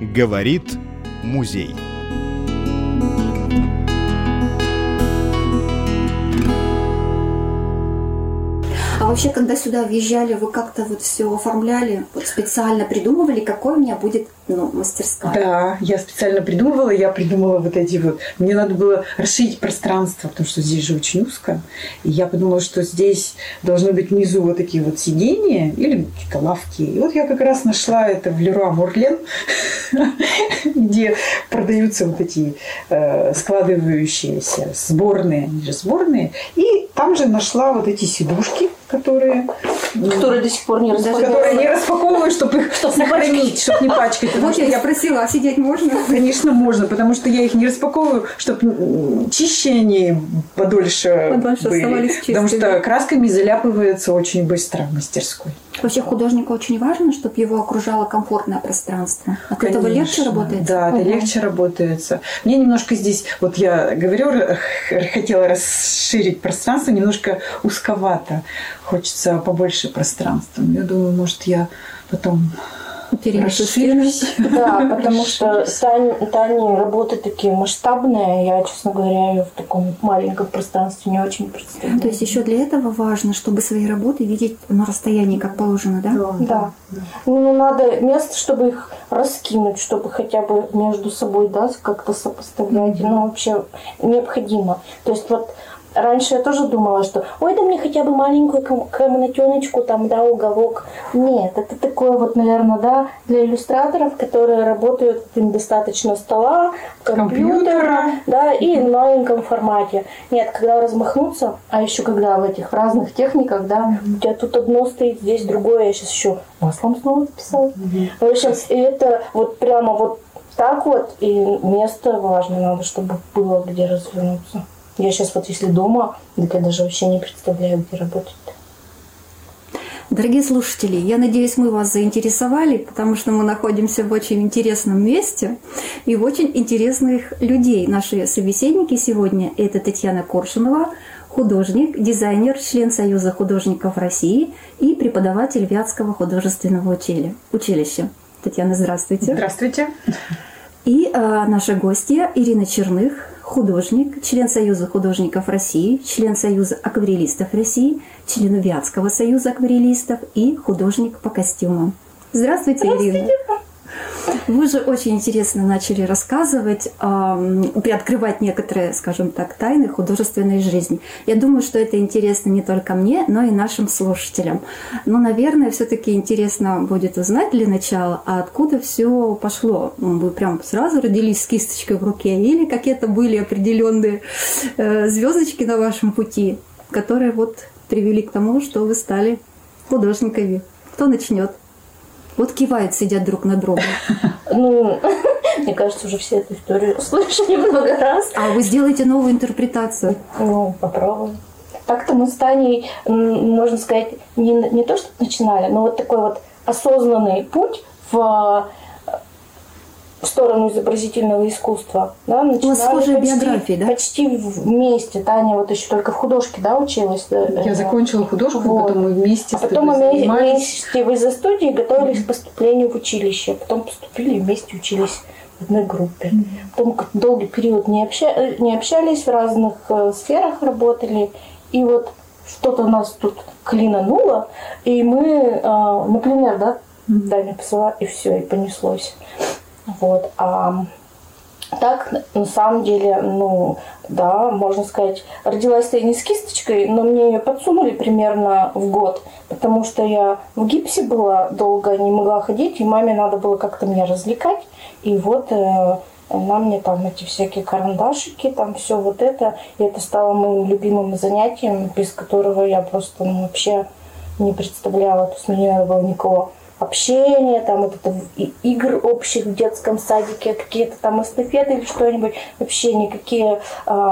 Говорит музей. А вообще, когда сюда въезжали, вы как-то вот все оформляли, вот специально придумывали, какой у меня будет мастерская? Да, я специально придумывала, вот эти вот. Мне надо было расширить пространство, потому что здесь же очень узко. И я подумала, что здесь должны быть внизу вот такие вот сиденья или какие-то лавки. И вот я как раз нашла это в Леруа Мерлен, где продаются вот эти складывающиеся сборные, они же сборные. И там же нашла вот эти сидушки, которые до сих пор не распаковывают. Которые не распаковывают, чтобы их сохранить, чтобы не пачкать. Вот я спросила, а сидеть можно? Конечно, можно, потому что я их не распаковываю, чтобы чище они подольше были. Оставались чистыми. Потому что красками заляпывается очень быстро в мастерской. Вообще художнику очень важно, чтобы его окружало комфортное пространство. От этого легче работает? Да, это легче работается. Мне немножко здесь, вот я говорю, хотела расширить пространство, немножко узковато. Хочется побольше пространства. Я думаю, может, я потом расширюсь. Да, потому что Таня работы такие масштабные. Я, честно говоря, ее в таком маленьком пространстве не очень представляю. То есть еще для этого важно, чтобы свои работы видеть на расстоянии, как положено, да? Да. Ну, надо место, чтобы их раскинуть, чтобы хотя бы между собой, да, как-то сопоставлять. Ну, вообще необходимо. То есть вот раньше я тоже думала, что ой, да мне хотя бы маленькую комнатеночку, там, да, уголок. Нет, это такое вот, наверное, да, для иллюстраторов, которые работают, им достаточно стола, компьютера, да, и в маленьком формате. Нет, когда размахнуться, а еще когда в этих разных техниках, да, у тебя тут одно стоит, здесь другое, я сейчас еще маслом снова записала. В общем, и это вот прямо вот так вот, и место важно надо, чтобы было где развернуться. Я сейчас вот если дома, так я даже вообще не представляю, где работать. Дорогие слушатели, я надеюсь, мы вас заинтересовали, потому что мы находимся в очень интересном месте и в очень интересных людей. Наши собеседники сегодня – это Татьяна Коршунова, художник, дизайнер, член Союза художников России и преподаватель Вятского художественного училища. Татьяна, здравствуйте. Здравствуйте. И наша гостья Ирина Черных, художник, член Союза художников России, член Союза акварелистов России, член Вятского союза акварелистов и художник по костюмам. Здравствуйте, Ирина. Вы же очень интересно начали рассказывать, приоткрывать некоторые, скажем так, тайны художественной жизни. Я думаю, что это интересно не только мне, но и нашим слушателям. Но, наверное, все-таки интересно будет узнать для начала, а откуда все пошло. Вы прям сразу родились с кисточкой в руке или какие-то были определенные звездочки на вашем пути, которые вот привели к тому, что вы стали художниками? Кто начнет? Вот кивают, сидят друг на друга. Ну, мне кажется, уже все эту историю слышали много раз. А вы сделаете новую интерпретацию? Ну, попробуем. Так-то мы с Таней, можно сказать, не то, что начинали, но вот такой вот осознанный путь в сторону изобразительного искусства. Да, у вас схожая биография, да? Почти вместе. Таня вот еще только в художке, да, училась. Я закончила художку, вот. Потом мы вместе потом мы вместе в из-за студии готовились к поступлению в училище. Потом поступили и вместе учились в одной группе. Потом долгий период не общались, в разных сферах работали. И вот что-то нас тут клинануло, и мы на пленэр, да, Таня посылала, и все, и понеслось. Вот. А так, на самом деле, ну, да, можно сказать, родилась я не с кисточкой, но мне ее подсунули примерно в год, потому что я в гипсе была долго, не могла ходить, и маме надо было как-то меня развлекать. И вот она мне там эти всякие карандашики, там все вот это, и это стало моим любимым занятием, без которого я просто вообще не представляла, то есть мне не надо было никого общение, там вот это игр общих в детском садике, какие-то там эстафеты или что-нибудь, вообще никакие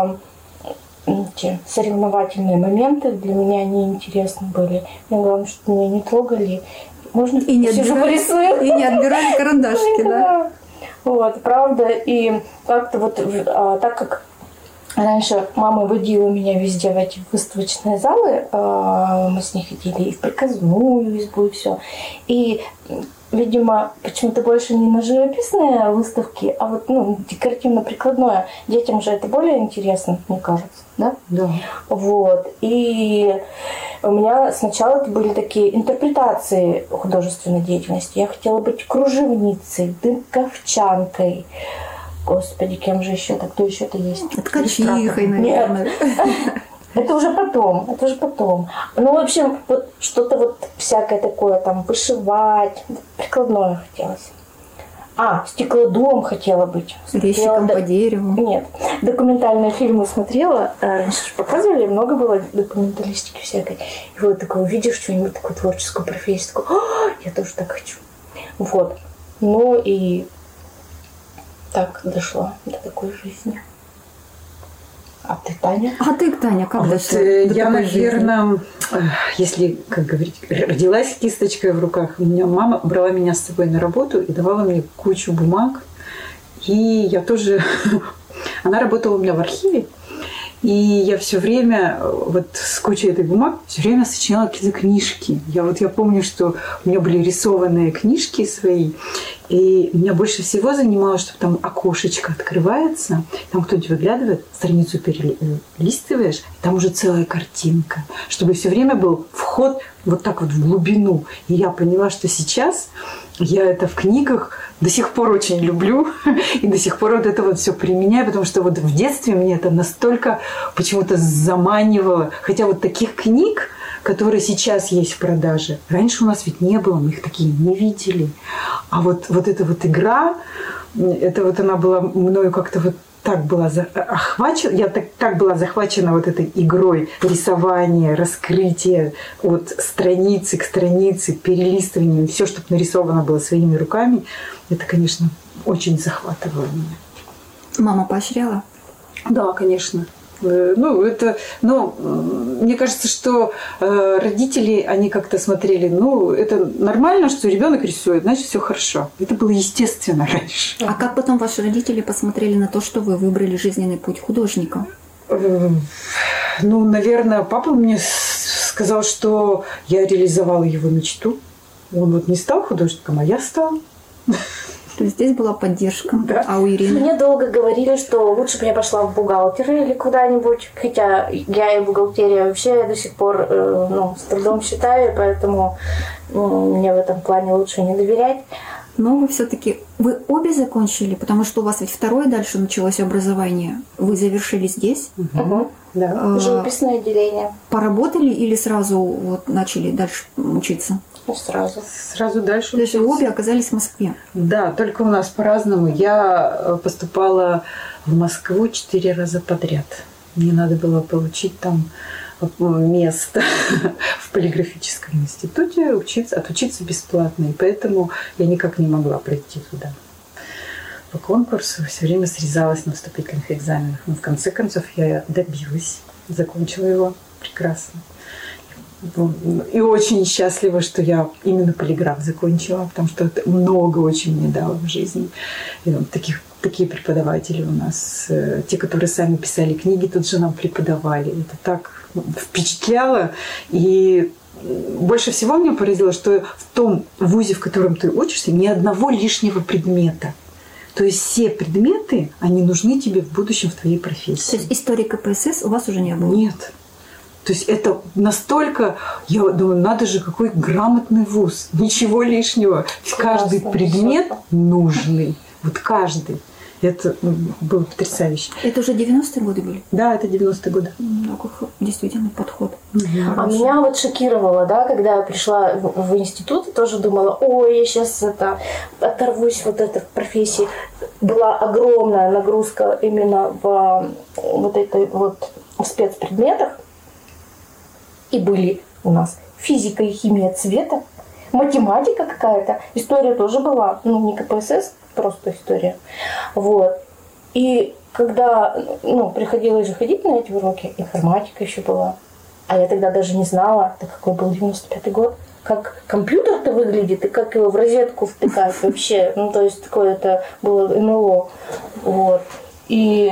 соревновательные моменты для меня не интересны были. Мне главное, что меня не трогали. Можно и не отбирали карандашики, да? Вот, правда, и как-то вот так как раньше мама водила меня везде в эти выставочные залы. Мы с ней ходили и в приказную избу, и все. И, видимо, почему-то больше не на живописные выставки, а вот декоративно-прикладное. Детям же это более интересно, мне кажется, да? Да. Вот. И у меня сначала это были такие интерпретации художественной деятельности. Я хотела быть кружевницей, дымковчанкой. Господи, кем же еще? Так кто еще-то есть? Ткачихой, наверное. Нет. Это уже потом. Ну, в общем, вот что-то вот всякое такое, там, вышивать. Прикладное хотелось. Стеклодувом хотела быть. Резчиком по дереву. Нет. Документальные фильмы смотрела. Раньше же показывали, много было документалистики всякой. И вот такое увидишь что-нибудь, такую творческую профессию, такой, я тоже так хочу. Вот. Ну и так дошла до такой жизни. А ты, Таня? Как дошла? Я, наверное, если, как говорить, родилась кисточкой в руках, у меня мама брала меня с собой на работу и давала мне кучу бумаг. И я тоже... Она работала у меня в архиве. И я все время, вот с кучей этой бумаг, все время сочиняла какие-то книжки. Я помню, что у меня были рисованные книжки свои. И меня больше всего занимало, что там окошечко открывается, там кто-нибудь выглядывает, страницу перелистываешь, и там уже целая картинка. Чтобы все время был вход вот так вот в глубину. И я поняла, что сейчас я это в книгах до сих пор очень люблю. И до сих пор вот это вот все применяю, потому что вот в детстве мне это настолько почему-то заманивало. Хотя вот таких книг, которые сейчас есть в продаже, раньше у нас ведь не было, мы их такие не видели. А вот эта вот игра, это вот она была мною как-то вот так была охвачена, я так была захвачена вот этой игрой рисования, раскрытия от страницы к странице, перелистывания, все, что нарисовано было своими руками, это, конечно, очень захватывало меня. Мама поощряла? Да, конечно. Мне кажется, что родители, они как-то смотрели, это нормально, что ребенок рисует, значит, все хорошо. Это было естественно раньше. А как потом ваши родители посмотрели на то, что вы выбрали жизненный путь художника? Наверное, папа мне сказал, что я реализовала его мечту. Он вот не стал художником, а я стала. То есть здесь была поддержка, да. А у Ирины? Мне долго говорили, что лучше бы я пошла в бухгалтеры или куда-нибудь, хотя я и бухгалтерия вообще до сих пор с трудом считаю, поэтому мне в этом плане лучше не доверять. Но вы все-таки, вы обе закончили, потому что у вас ведь второе дальше началось образование. Вы завершили здесь? Угу. Да. Живописное отделение. Поработали или сразу вот начали дальше учиться? Сразу дальше. То есть вы обе оказались в Москве? Да, только у нас по-разному. Я поступала в Москву 4 раза подряд. Мне надо было получить там место в полиграфическом институте, отучиться бесплатно. И поэтому я никак не могла пройти туда. По конкурсу все время срезалась на вступительных экзаменах. Но в конце концов я добилась, закончила его прекрасно. И очень счастлива, что я именно полиграф закончила, потому что это много очень мне дало в жизни. И такие преподаватели у нас, те, которые сами писали книги, тут же нам преподавали. Это так впечатляло. И больше всего меня поразило, что в том вузе, в котором ты учишься, ни одного лишнего предмета. То есть все предметы, они нужны тебе в будущем в твоей профессии. То есть истории КПСС у вас уже не было? Нет. То есть это настолько, я думаю, надо же, какой грамотный вуз. Ничего лишнего. Каждый предмет нужный. Вот каждый. Это было потрясающе. Это уже 90-е годы были? Да, это 90-е годы. Какой действительно подход. А меня вот шокировало, да, когда я пришла в институт, тоже думала, ой, я сейчас оторвусь от этой профессии. Была огромная нагрузка именно в вот этой вот спецпредметах. И были у нас физика и химия цвета, математика какая-то, история тоже была, не КПСС, просто история. Вот. И когда приходилось же ходить на эти уроки, информатика еще была. А я тогда даже не знала, так какой был 95-й год, как компьютер-то выглядит и как его в розетку втыкать вообще. То есть такое это было НЛО. Вот. И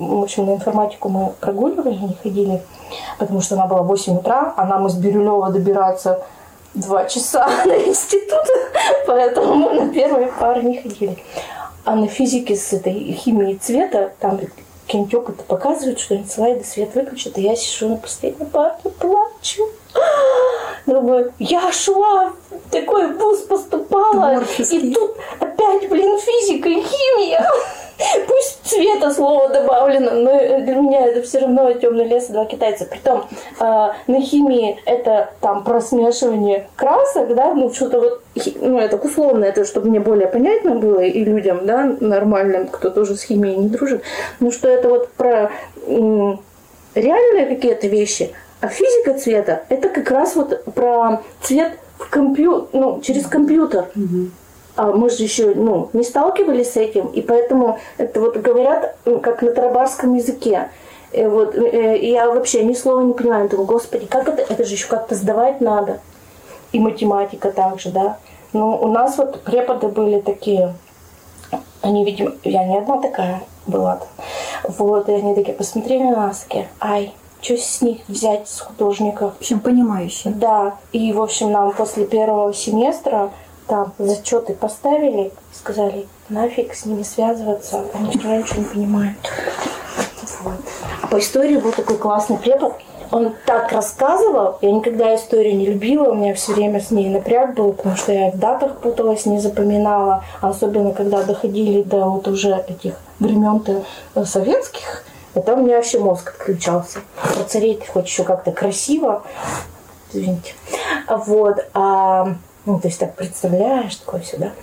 в общем, на информатику мы прогуливали, не ходили, потому что она была в 8 утра, а нам из Бирюлева добираться 2 часа на институт, поэтому мы на первые пары не ходили. А на физике с этой химией цвета, там Кентёк это показывает, что они слайды свет выключат, и я сижу на последней парте, плачу. Думаю, я шла, в такой вуз поступала, и тут опять, физика и химия. Пусть цвета слово добавлено, но для меня это все равно темный лес и 2 китайца. Притом на химии это там про смешивание красок, да, что-то вот, это условно, это чтобы мне более понятно было и людям, да, нормальным, кто тоже с химией не дружит, что это вот про реальные какие-то вещи, а физика цвета это как раз вот про цвет в через компьютер. А мы же еще не сталкивались с этим, и поэтому это вот говорят как на тарабарском языке. И вот я вообще ни слова не понимаю. Думаю, господи, как это же еще как-то сдавать надо. И математика также, да. Но у нас вот преподы были такие, они, видимо, я не одна такая была-то. Вот, и они такие посмотрели на нас, такие, ай, что с них взять, с художников? В общем, понимающие. Да, и, в общем, нам после первого семестра там зачеты поставили, сказали, нафиг с ними связываться, они все равно ничего не понимают. Вот. А по истории был такой классный препод, он так рассказывал, я никогда историю не любила, у меня все время с ней напряг был, потому что я в датах путалась, не запоминала, особенно когда доходили до вот уже этих времен-то советских, это у меня вообще мозг отключался. Про царей ты хоть еще как-то красиво, извините, вот, то есть так представляешь, такое сюда.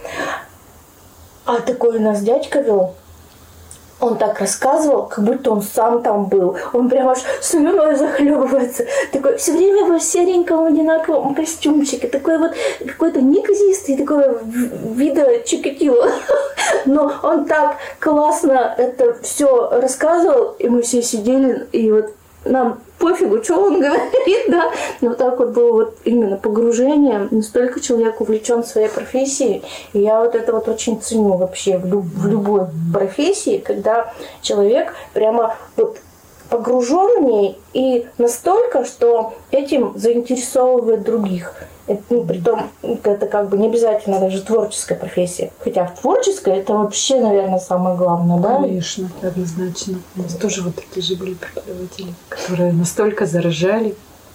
А такой у нас дядька вел. Он так рассказывал, как будто он сам там был. Он прям аж слюной захлебывается. Такой все время в сереньком одинаковом костюмчике. Такой вот какой-то неказистый, такой вида Чикатило. Но он так классно это все рассказывал, и мы все сидели, и вот нам пофигу, что он говорит, да. Но вот так вот было вот именно погружение. Настолько человек увлечен своей профессией. И я вот это вот очень ценю вообще в любой профессии, когда человек прямо вот погружен в ней и настолько, что этим заинтересовывает других. Это, притом, это как бы не обязательно даже творческая профессия. Хотя в творческой это вообще, наверное, самое главное, да? Конечно, однозначно. У нас тоже вот такие же были преподаватели, которые настолько заражали.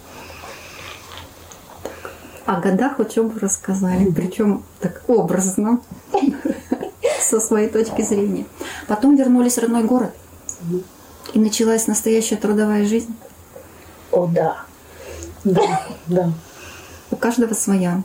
О годах учебы рассказали, причем так образно, со своей точки зрения. Потом вернулись в родной город, и началась настоящая трудовая жизнь. О, да. Да, да. У каждого своя.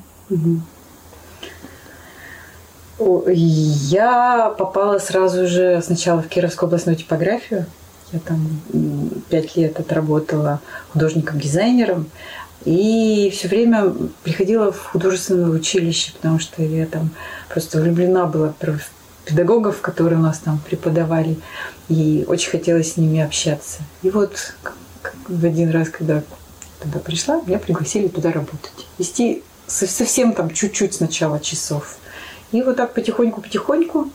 Я попала сразу же сначала в Кировскую областную типографию. Я там 5 лет отработала художником-дизайнером. И все время приходила в художественное училище, потому что я там просто влюблена была в педагогов, которые у нас там преподавали. И очень хотелось с ними общаться. И вот в один раз, когда туда пришла, меня пригласили туда работать. Вести совсем там чуть-чуть сначала часов. И вот так потихоньку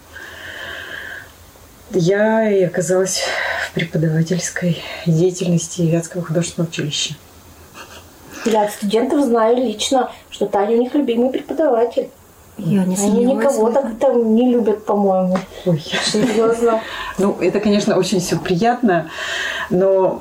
я и оказалась в преподавательской деятельности Вятского художественного училища. Я от студентов знаю лично, что Таня у них любимый преподаватель. Я не Они никого так там не любят, по-моему. Ой. Серьезно. Ну, это, конечно, очень все приятно, но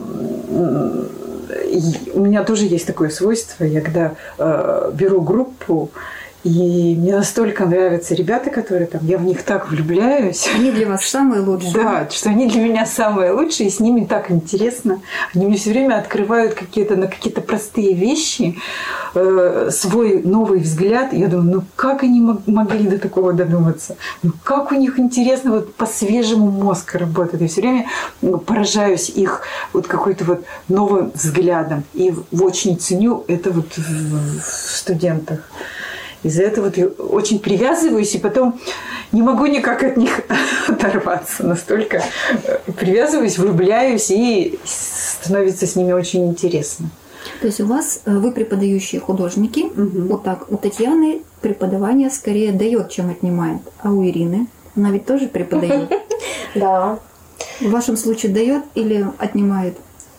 у меня тоже есть такое свойство. Я когда беру группу, и мне настолько нравятся ребята, которые там, я в них так влюбляюсь. Они для вас самые лучшие. Да, что они для меня самые лучшие, и с ними так интересно. Они мне все время открывают на какие-то простые вещи свой новый взгляд. И я думаю, ну как они могли до такого додуматься? Ну как у них интересно вот по-свежему мозг работает. Я все время поражаюсь их вот какой-то вот новым взглядом. И очень ценю это вот в студентах. Из-за этого вот я очень привязываюсь, и потом не могу никак от них оторваться. Настолько привязываюсь, влюбляюсь, и становится с ними очень интересно. То есть у вас, вы преподающие художники, вот так, у Татьяны преподавание скорее дает, чем отнимает. А у Ирины? Она ведь тоже преподает. Да. В вашем случае дает или отнимает?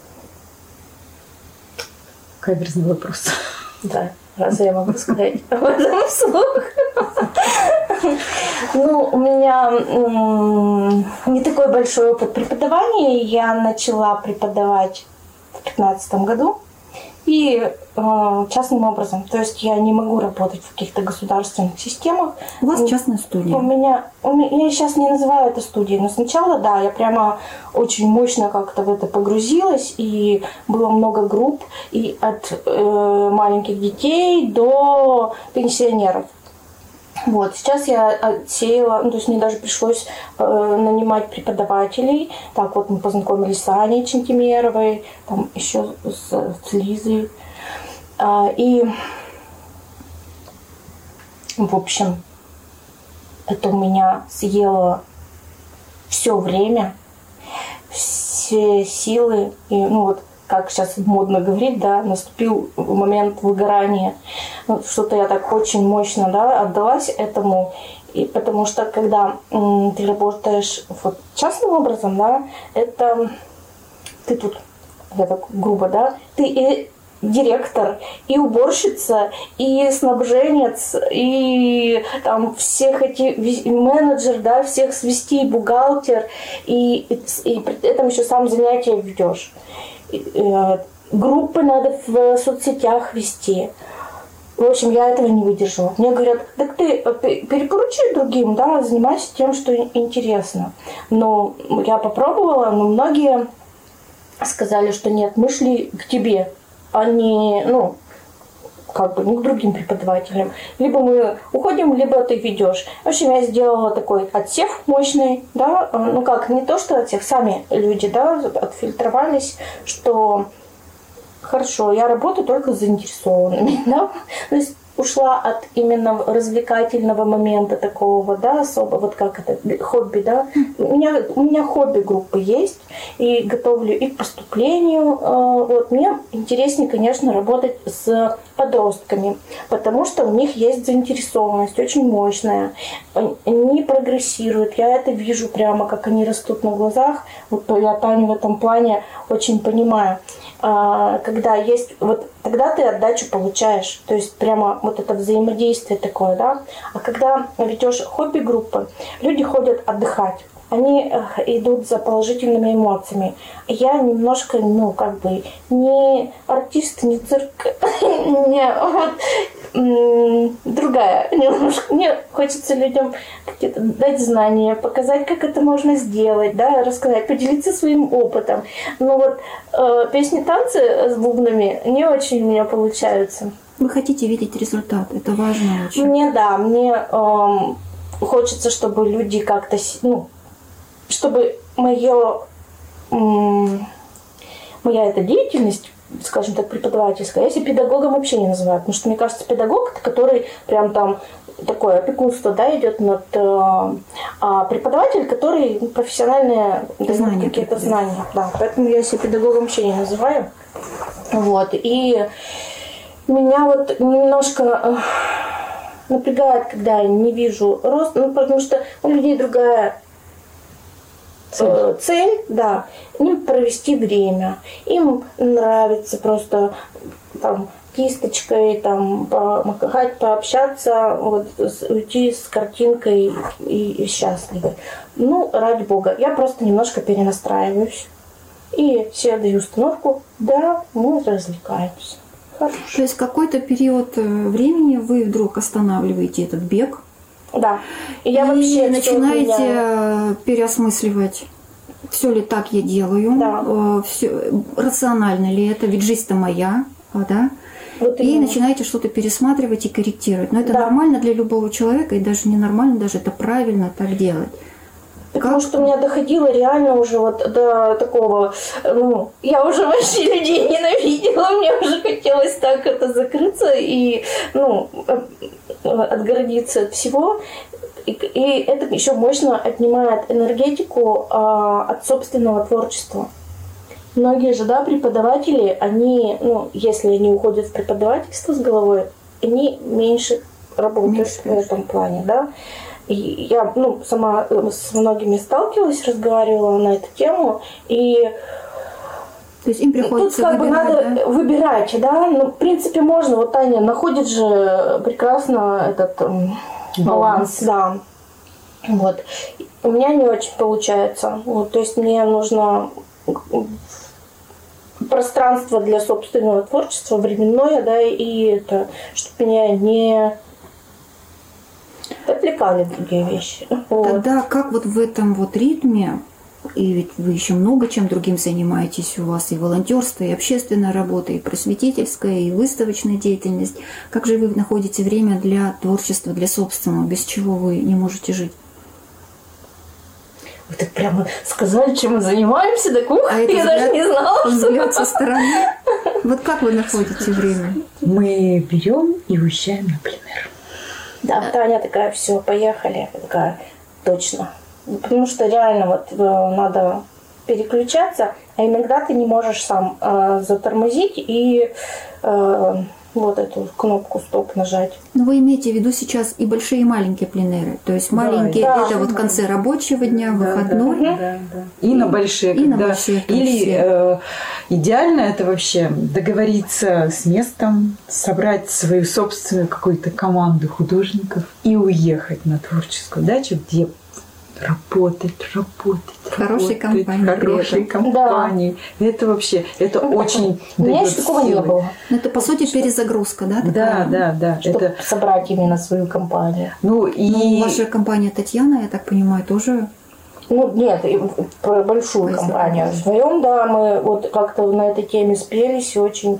Каверзный вопрос. Да, разве я могу сказать об этом вслух? Ну, у меня не такой большой опыт преподавания. Я начала преподавать в 2015 году. И частным образом. То есть я не могу работать в каких-то государственных системах. У вас частная студия? Я сейчас не называю это студией, но сначала, да, я прямо очень мощно как-то в это погрузилась, и было много групп, и от маленьких детей до пенсионеров. Вот, сейчас я отсеяла, ну, то есть мне даже пришлось нанимать преподавателей. Так вот мы познакомились с Аней Чентимеровой, там еще с Лизой. И, в общем, это у меня съело все время, все силы. И, ну вот, как сейчас модно говорить, да, наступил момент выгорания. Ну, что-то я так очень мощно, да, отдалась этому. И потому что когда ты работаешь вот частным образом, да, это ты тут, я так грубо, да, ты и директор, и уборщица, и снабженец, и там всех эти менеджер, да, всех свести, и бухгалтер, и при этом еще сам занятия ведешь. Группы надо в соцсетях вести. В общем, я этого не выдержала. Мне говорят, так ты перепоручи другим, да, занимайся тем, что интересно. Но я попробовала, но многие сказали, что нет, мы шли к тебе, а не, ну, как бы не к другим преподавателям. Либо мы уходим, либо ты ведешь. В общем, я сделала такой отсев мощный, да, ну как, не то, что отсев, сами люди, да, отфильтровались, что хорошо, я работаю только с заинтересованными, да, то есть ушла от именно развлекательного момента такого, да, особо, вот как это, хобби, да. У меня хобби-группы есть, и готовлю и к поступлению. Вот. Мне интереснее, конечно, работать с подростками, потому что у них есть заинтересованность очень мощная. Они прогрессируют, я это вижу прямо, как они растут на глазах. Вот я Таню в этом плане очень понимаю. Когда есть, вот тогда ты отдачу получаешь, то есть прямо вот это взаимодействие такое, да. А когда ведешь хобби-группы, люди ходят отдыхать, они идут за положительными эмоциями. Я немножко, ну, как бы, не артист, не цирк, не вот другая немножко. Мне хочется людям какие-то дать знания, показать, как это можно сделать, да, рассказать, поделиться своим опытом. Но вот песни, танцы с бубнами не очень у меня получаются. Вы хотите видеть результат, это важно очень. Мне хочется, чтобы люди как-то, ну, чтобы моя эта деятельность, скажем так, преподавательская, я себя педагогом вообще не называю, потому что, мне кажется, педагог, это который прям там такое опекунство, да, идет над преподаватель, который профессиональные какие-то знания, да, поэтому я себя педагогом вообще не называю, вот, и меня вот немножко напрягает, когда я не вижу рост, ну, потому что у людей другая цель, да, им провести время. Им нравится просто там кисточкой, там помахать, пообщаться, вот, уйти с картинкой и счастливы. Ну, ради бога, я просто немножко перенастраиваюсь. И себе даю установку, да, мы развлекаемся. Хорошо. То есть какой-то период времени вы вдруг останавливаете этот бег. Да. И я вообще начинаете переосмысливать, все ли так я делаю, да. Все, рационально ли это, ведь жизнь-то моя, да? Вот и начинаете что-то пересматривать и корректировать. Но это нормально для любого человека, и даже ненормально, даже это правильно так делать. Потому что у меня доходило реально уже вот до такого, ну, я уже вообще людей ненавидела, мне уже хотелось так это закрыться и, ну, отгородиться от всего. И это еще мощно отнимает энергетику от собственного творчества. Многие же, да, преподаватели, они, ну, если они уходят в преподавательство с головой, они меньше работаешь в этом плане, да. И я сама с многими сталкивалась, разговаривала на эту тему, и то есть им приходится тут выбирать, надо выбирать, да. Ну, в принципе, можно. Вот Таня находит же прекрасно этот баланс, да. Вот. У меня не очень получается. Вот, то есть мне нужно пространство для собственного творчества, временное, да, и это, чтобы меня не отвлекали другие вещи. Вот. Тогда как вот в этом вот ритме, и ведь вы еще много чем другим занимаетесь, у вас и волонтерство, и общественная работа, и просветительская, и выставочная деятельность, как же вы находите время для творчества, для собственного, без чего вы не можете жить? Вы так прямо сказали, чем мы занимаемся, так я даже не знала. Взгляд со стороны. Вот как вы находите время? Мы берем и уезжаем на пленэр. Да, Таня такая, все, поехали. Я такая, точно. Потому что реально вот надо переключаться, а иногда ты не можешь сам затормозить и вот эту кнопку стоп нажать. Но вы имеете в виду сейчас и большие, и маленькие пленэры. То есть маленькие это вот в конце рабочего дня, выходной. Да. И на большие. И на большие. Или идеально это вообще договориться с местом, собрать свою собственную какую-то команду художников и уехать на творческую дачу, где работать. Хорошей компании. Да. Это вообще, это очень у меня еще такого не было. Это, по сути, перезагрузка, да? Да. Чтобы это собрать именно свою компанию. Ваша компания Татьяна, я так понимаю, тоже... Нет, про большую компанию. Вдвоем, да, мы вот как-то на этой теме спелись и очень,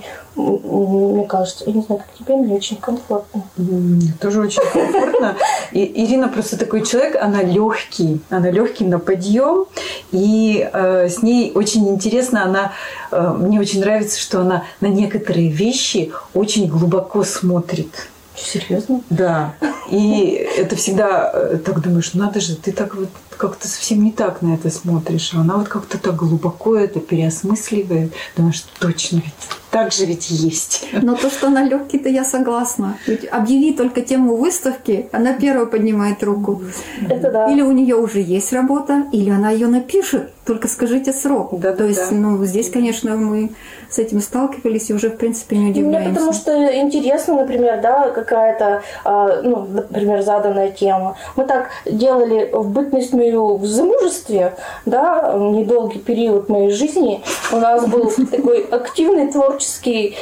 мне кажется, я не знаю, как тебе, мне очень комфортно. Тоже очень комфортно. И Ирина просто такой человек, она легкий на подъем, и с ней очень интересно, мне очень нравится, что она на некоторые вещи очень глубоко смотрит. Серьезно? Да. И это всегда так думаешь, надо же, ты так вот как-то совсем не так на это смотришь. А она вот как-то так глубоко это переосмысливает. Думаешь, точно, ведь так же ведь есть. Но то, что она легкий-то, я согласна. Ведь объяви только тему выставки, она первая поднимает руку. Это да. Или у нее уже есть работа, или она ее напишет. Только скажите срок. Да, то есть, здесь, конечно, мы с этим сталкивались и уже, в принципе, не удивляемся. Мне потому что интересно, например, да, какая-то, например, заданная тема. Мы так делали в бытность мою в замужестве, да, недолгий период моей жизни. У нас был такой активный творческий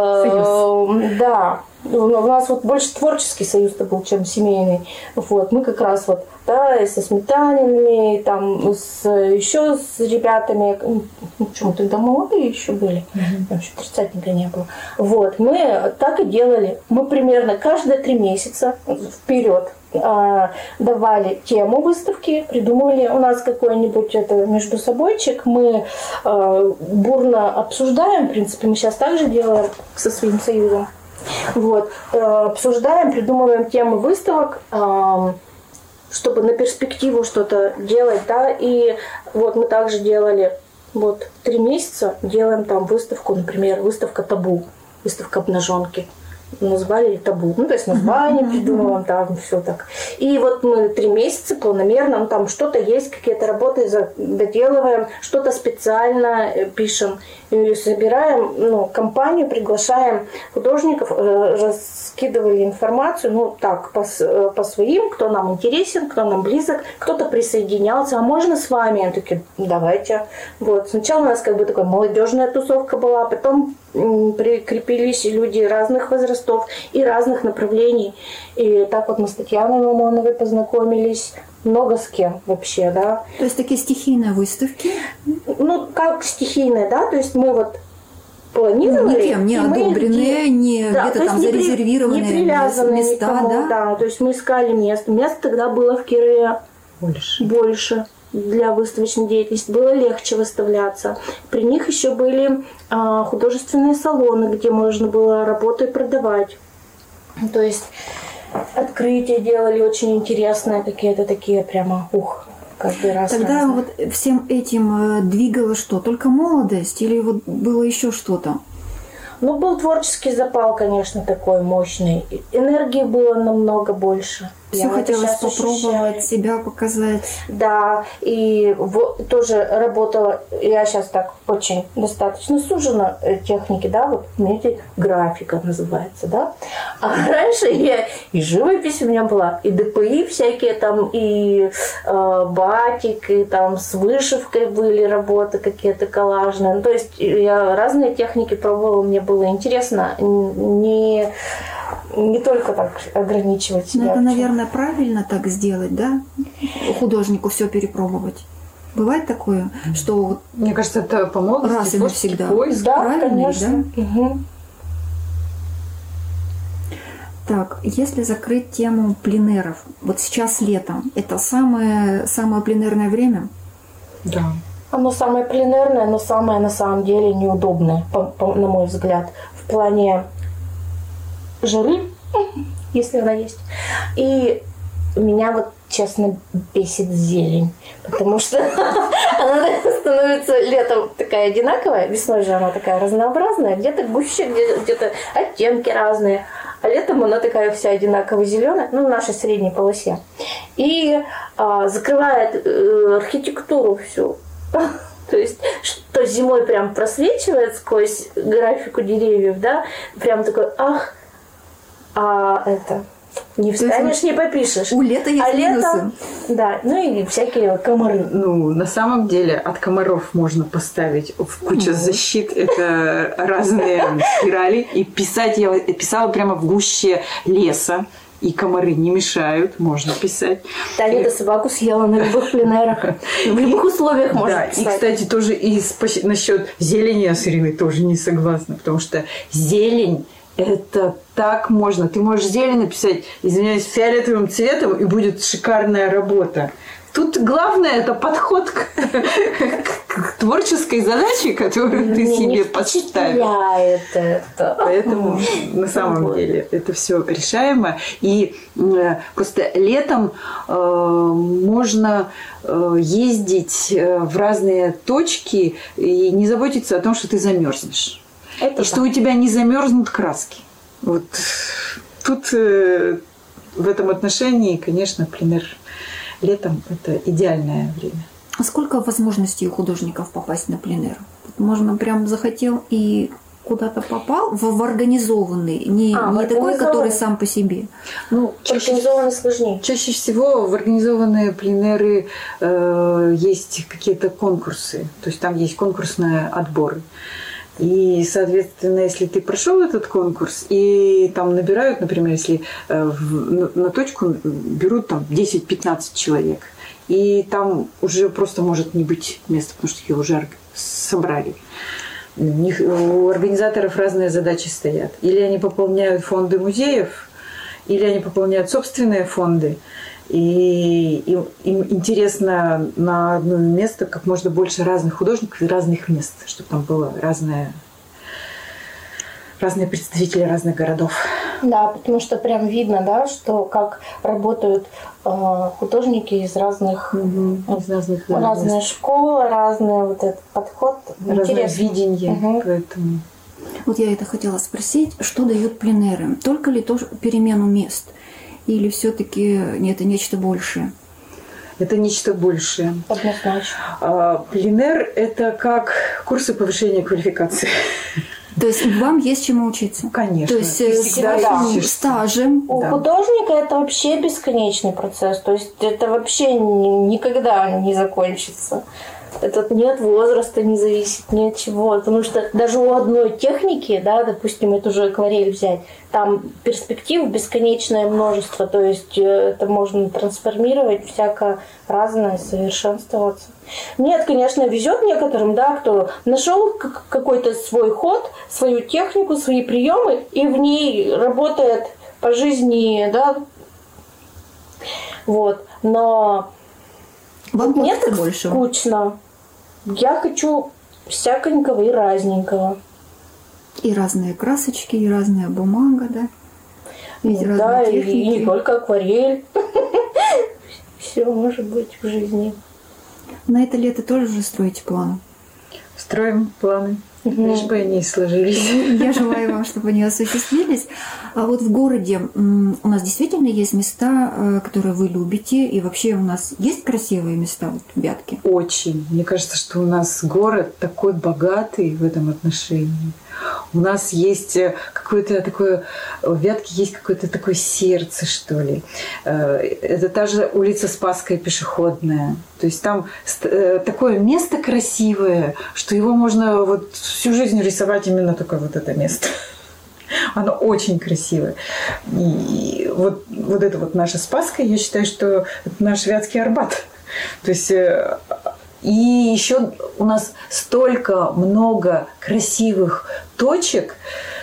союз. Да. У нас вот больше творческий союз-то был, чем семейный. Вот. Мы как раз вот, да, и со Сметанинами, и там еще с ребятами, мы тогда молодые еще были, еще тридцатника не было. Вот. Мы так и делали. Мы примерно каждые 3 месяца вперед давали тему выставки, придумывали у нас какой-нибудь между собойчик, мы бурно обсуждаем, в принципе, мы сейчас также делаем со своим союзом. Вот. Обсуждаем, придумываем темы выставок, чтобы на перспективу что-то делать, да, и вот мы также делали 3 месяца, делаем там выставку, например, выставка табу, выставка обнаженки. Назвали табу. То есть название придумываем, там все так. И вот мы 3 месяца планомерно, там что-то есть, какие-то работы доделываем, что-то специально пишем. И собираем компанию, приглашаем художников, раскидывали информацию, по своим, кто нам интересен, кто нам близок, кто-то присоединялся, а можно с вами? Они такие, давайте. Вот. Сначала у нас такая молодежная тусовка была, потом прикрепились люди разных возрастов и разных направлений. И так вот мы с Татьяной Мамоновой познакомились. Много с кем вообще, да. То есть такие стихийные выставки? Как стихийные, да. То есть мы планировали. Никем не одобренные, где-то там зарезервированные не привязанные места, никому, да. То есть мы искали место. Место тогда было в Кирове больше. Для выставочной деятельности было легче выставляться. При них еще были художественные салоны, где можно было работу и продавать. То есть открытия делали очень интересные, какие-то такие прямо каждый раз. Тогда всем этим двигало что? Только молодость или было еще что-то? Ну, был творческий запал, конечно, такой мощный. Энергии было намного больше. Все хотелось попробовать, себя показать. Да, и тоже работала, я сейчас так очень достаточно сужена техники, да, вот, знаете, графика называется, да. А раньше я и живопись у меня была, и ДПИ всякие там, и батик, и там с вышивкой были работы какие-то коллажные. Ну, то есть я разные техники пробовала, мне было интересно не только так ограничивать себя. Но это, наверное, правильно так сделать, да? Художнику все перепробовать. Бывает такое, что... Мне кажется, это по молодости раз и навсегда. поиск. Да, правильный, конечно. Да? Угу. Так, если закрыть тему пленеров, вот сейчас летом, это самое пленерное время? Да. Оно самое пленерное, но самое на самом деле неудобное, на мой взгляд, в плане жары, если она есть. И меня вот, честно, бесит зелень, потому что она становится летом такая одинаковая, весной же она такая разнообразная, где-то гуще, где-то оттенки разные, а летом она такая вся одинаково зеленая, ну, в нашей средней полосе. И закрывает архитектуру всю. То есть, что зимой прям просвечивает сквозь графику деревьев, да, прям такой, ах, а это... Не встанешь, не попишешь. У лета есть минусы. Да, ну и всякие комары. Ну, на самом деле, от комаров можно поставить в кучу защит. Это разные спирали. И писать я писала прямо в гуще леса. И комары не мешают, можно писать. Таня собаку съела на любых пленерах. В любых условиях можно да, писать. И, кстати, тоже насчет зелени я с Ириной тоже не согласна. Потому что зелень это так можно. Ты можешь зелень написать, извиняюсь, фиолетовым цветом, и будет шикарная работа. Тут главное это подход к творческой задаче, которую ты себе поставил. Это. Поэтому на самом деле это все решаемо. И просто летом можно ездить в разные точки и не заботиться о том, что ты замерзнешь. И что у тебя не замерзнут краски. Вот тут в этом отношении, конечно, пленер летом это идеальное время. А сколько возможностей у художников попасть на пленер? Можно прям захотел и куда-то попал в организованный, не такой, который сам по себе. Ну, организованный сложнее. Чаще всего в организованные пленеры есть какие-то конкурсы. То есть там есть конкурсные отборы. И, соответственно, если ты прошел этот конкурс, и там набирают, например, если на точку берут там 10-15 человек, и там уже просто может не быть места, потому что ее уже собрали. У организаторов разные задачи стоят. Или они пополняют фонды музеев, или они пополняют собственные фонды. И им интересно на одно место как можно больше разных художников и разных мест, чтобы там было разные представители разных городов. Да, потому что прям видно, да, что как работают художники из разных, разные школы, разный вот этот подход. Разное видение. Поэтому. Вот я это хотела спросить, что дают пленеры? Только ли тоже перемену мест? Или все-таки это нечто большее? Это нечто большее. Однозначно. Пленер – это как курсы повышения квалификации. То есть вам есть чему учиться? Конечно. То есть с стажем. У художника это вообще бесконечный процесс. То есть это вообще никогда не закончится. Этот нет возраста, не зависит ни от чего. Потому что даже у одной техники, да, допустим, эту же акварель взять, там перспектив бесконечное множество. То есть это можно трансформировать, всяко разное, совершенствоваться. Нет, конечно, везет некоторым, да, кто нашел какой-то свой ход, свою технику, свои приемы, и в ней работает по жизни, да. Вот. Но вам мне так больше скучно. Я хочу всяконького и разненького. И разные красочки, и разная бумага, да? Да, и не только акварель. Все может быть в жизни. На это лето тоже уже строите планы? Строим планы. Лишь бы они сложились. Я желаю вам, чтобы они осуществились. А вот в городе у нас действительно есть места, которые вы любите, и вообще у нас есть красивые места в Вятке? Очень. Мне кажется, что у нас город такой богатый в этом отношении. У нас есть какое-то такое, в Вятке есть какое-то такое сердце, что ли. Это та же улица Спасская пешеходная. То есть там такое место красивое, что его можно вот всю жизнь рисовать именно только вот это место. Оно очень красивое. И вот это вот наша Спасская, я считаю, что это наш Вятский Арбат. То есть... И еще у нас столько много красивых точек.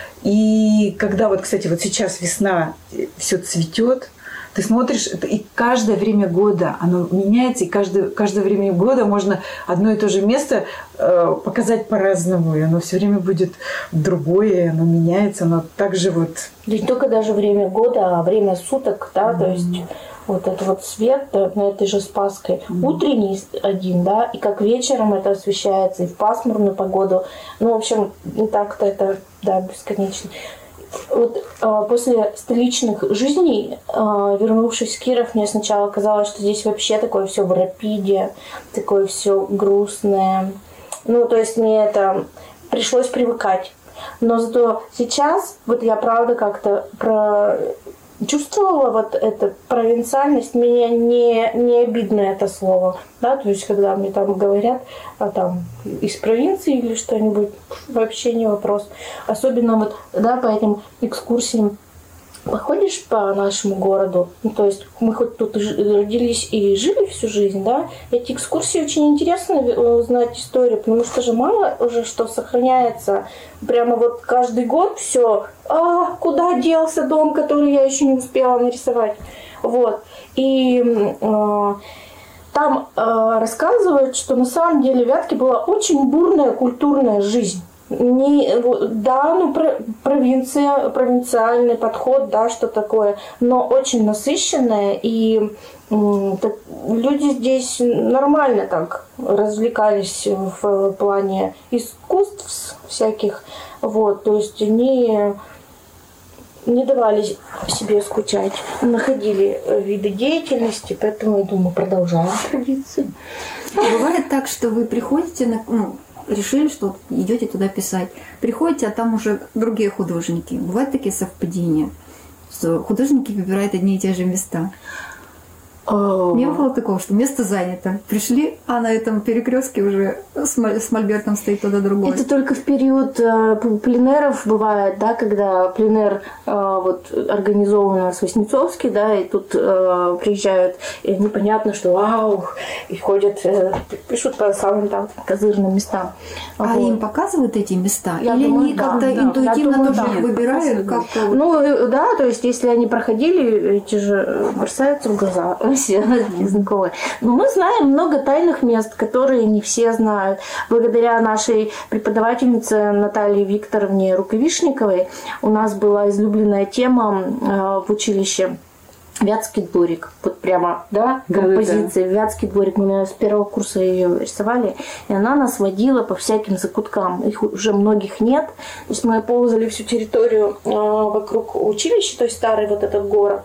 И когда вот, кстати, вот сейчас весна, все цветет, ты смотришь, и каждое время года оно меняется, и каждое время года можно одно и то же место показать по-разному, и оно все время будет другое, и оно меняется, оно также вот... Не только даже время года, а время суток, да, то есть... Вот это вот свет на этой же Спасской. Утренний один, да, и как вечером это освещается, и в пасмурную погоду. Ну, в общем, не так-то это, да, бесконечно. Вот после столичных жизней, вернувшись в Киров, мне сначала казалось, что здесь вообще такое все в рапиде, такое все грустное. Ну, то есть мне это пришлось привыкать. Но зато сейчас, вот я правда как-то чувствовала вот эту провинциальность, мне не обидно это слово, да, то есть когда мне там говорят, там из провинции или что-нибудь, вообще не вопрос. Особенно вот, да, по этим экскурсиям походишь по нашему городу, ну, то есть мы хоть тут родились и жили всю жизнь, да, эти экскурсии очень интересно узнать историю, потому что же мало уже что сохраняется, прямо вот каждый год все, куда делся дом, который я еще не успела нарисовать, вот, и там рассказывают, что на самом деле в Вятке была очень бурная культурная жизнь. Провинциальный подход, да, что такое, но очень насыщенная, и люди здесь нормально так развлекались в плане искусств всяких, вот, то есть они не давали себе скучать, находили виды деятельности, поэтому, я думаю, продолжаем традиции. Бывает так, что вы приходите решили, что идете туда писать. Приходите, а там уже другие художники. Бывают такие совпадения, что художники выбирают одни и те же места. Не было такого, что место занято. Пришли, а на этом перекрестке уже с мольбертом стоит кто-то другой. Это только в период пленеров бывает, да, когда пленер вот организован у нас в Воснецовске, да, и тут приезжают, и непонятно, что вау, и ходят, пишут по самым там козырным местам. А вот. Им показывают эти места? Я Или думаю, они как-то интуитивно тоже их выбирают? Ну, да, то есть если они проходили, эти же бросаются в глаза. Знакомые. Но мы знаем много тайных мест, которые не все знают. Благодаря нашей преподавательнице Наталье Викторовне Рукавишниковой у нас была излюбленная тема в училище Вятский дворик. Вот прямо, да, композиция Вятский дворик. Мы, наверное, с первого курса ее рисовали. И она нас водила по всяким закуткам. Их уже многих нет. То есть мы ползали всю территорию вокруг училища, то есть старый вот этот город.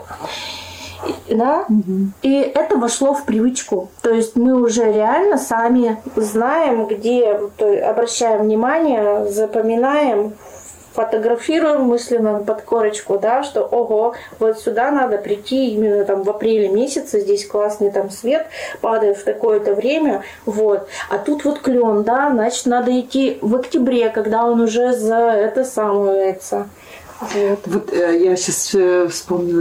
Да? И это вошло в привычку. То есть мы уже реально сами знаем, где, обращаем внимание, запоминаем, фотографируем мысленно под корочку, да, что ого, вот сюда надо прийти именно там в апреле месяце, здесь классный там свет падает в такое-то время, вот. А тут вот клен, да, значит, надо идти в октябре, когда он уже засамывается. Вот я сейчас вспомнила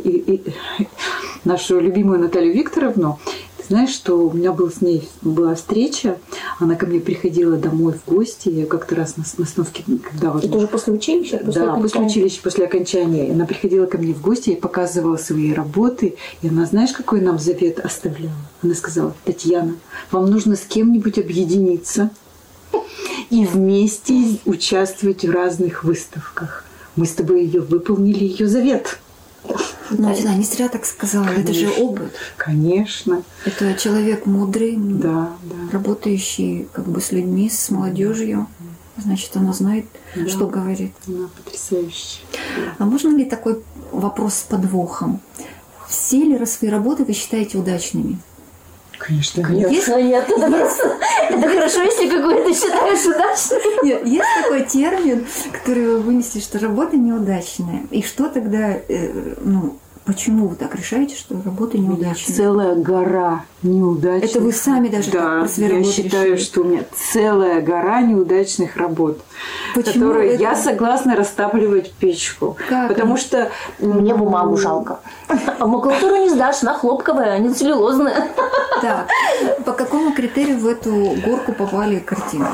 нашу любимую Наталью Викторовну. Ты знаешь, что у меня с ней была встреча. Она ко мне приходила домой в гости. Я как-то раз на остановке, когда вот... Это уже после училища? После училища, после окончания. Она приходила ко мне в гости, я показывала свои работы. И она, знаешь, какой нам завет оставляла? Она сказала: Татьяна, вам нужно с кем-нибудь объединиться и вместе участвовать в разных выставках. Мы с тобой выполнили ее завет. Но она не зря так сказала, это же опыт. Конечно. Это человек мудрый, Да. работающий как бы с людьми, с молодежью. Значит, она знает, что говорит. Она потрясающая. А можно ли такой вопрос с подвохом? Все ли свои работы вы считаете удачными? Конечно, нет. Нет, это просто... Это хорошо, если какой-то считаешь удачным. Нет, есть такой термин, который вы вынесли, что работа неудачная. И что тогда, почему вы так решаете, что работа неудачная? Целая гора неудачных. Это вы сами даже так про свои работы я считаю, решили. что у меня целая гора неудачных работ, Почему которые это? я согласна растапливать печку. Как потому это? что... Мне бумагу жалко. А макулатуру не сдашь, она хлопковая, а не целлюлозная. Так, по какому критерию в эту горку попали картины?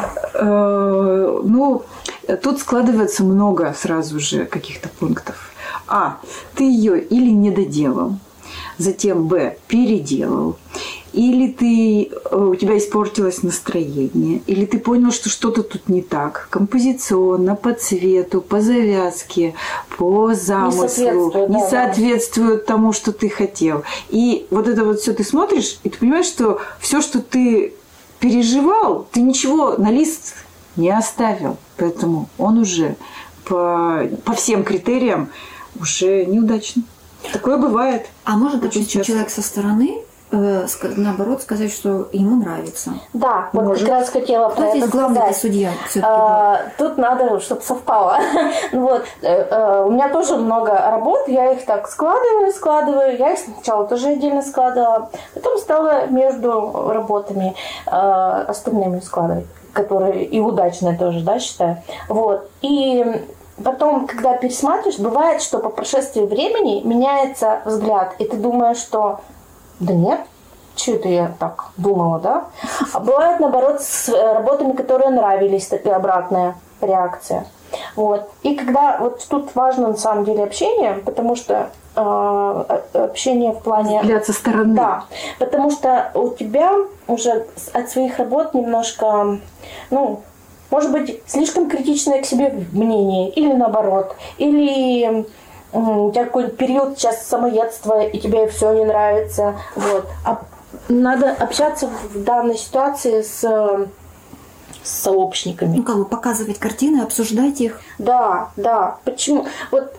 Тут складывается много сразу же каких-то пунктов. А. Ты ее или не доделал, затем Б. Переделал, или у тебя испортилось настроение, или ты понял, что что-то тут не так. Композиционно, по цвету, по завязке, по замыслу. Не соответствует тому, что ты хотел. И вот это вот все ты смотришь, и ты понимаешь, что все, что ты переживал, ты ничего на лист не оставил. Поэтому он уже по всем критериям уже неудачный. Такое бывает. А может, допустим, часто. человек со стороны, наоборот, сказать, что ему нравится? Да, вот Может. как раз хотела про Кто это здесь главный сказать. судья все-таки? Тут надо, чтобы совпало. Вот. У меня тоже много работ, я их так складываю. Я их сначала тоже отдельно складывала. Потом стала между работами остальными складывать, которые и удачные тоже, да, считаю. Вот. И потом, когда пересматриваешь, бывает, что по прошествии времени меняется взгляд, и ты думаешь, что да нет, что это я так думала, да? А бывает, наоборот, с работами, которые нравились, такая обратная реакция. Вот. И когда вот тут важно на самом деле общение, потому что общение в плане... Взгляд со стороны. Да, потому что у тебя уже от своих работ немножко, может быть, слишком критичное к себе мнение, или наоборот, или у тебя какой-то период сейчас самоедства, и тебе все не нравится. Вот. А надо общаться в данной ситуации с сообщниками. Как бы показывать картины, обсуждать их. Да. Почему? Вот,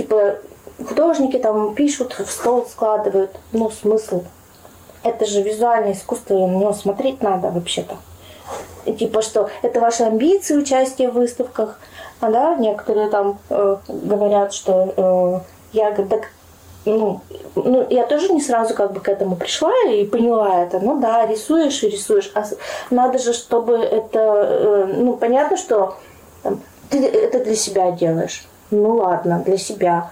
художники там пишут, в стол складывают. Смысл. Это же визуальное искусство, на него смотреть надо вообще-то. И что это ваши амбиции, участие в выставках. Некоторые там говорят, что я тоже не сразу как бы к этому пришла и поняла это. Рисуешь и рисуешь. А надо же, чтобы это... понятно, что ты это для себя делаешь. Ладно, для себя.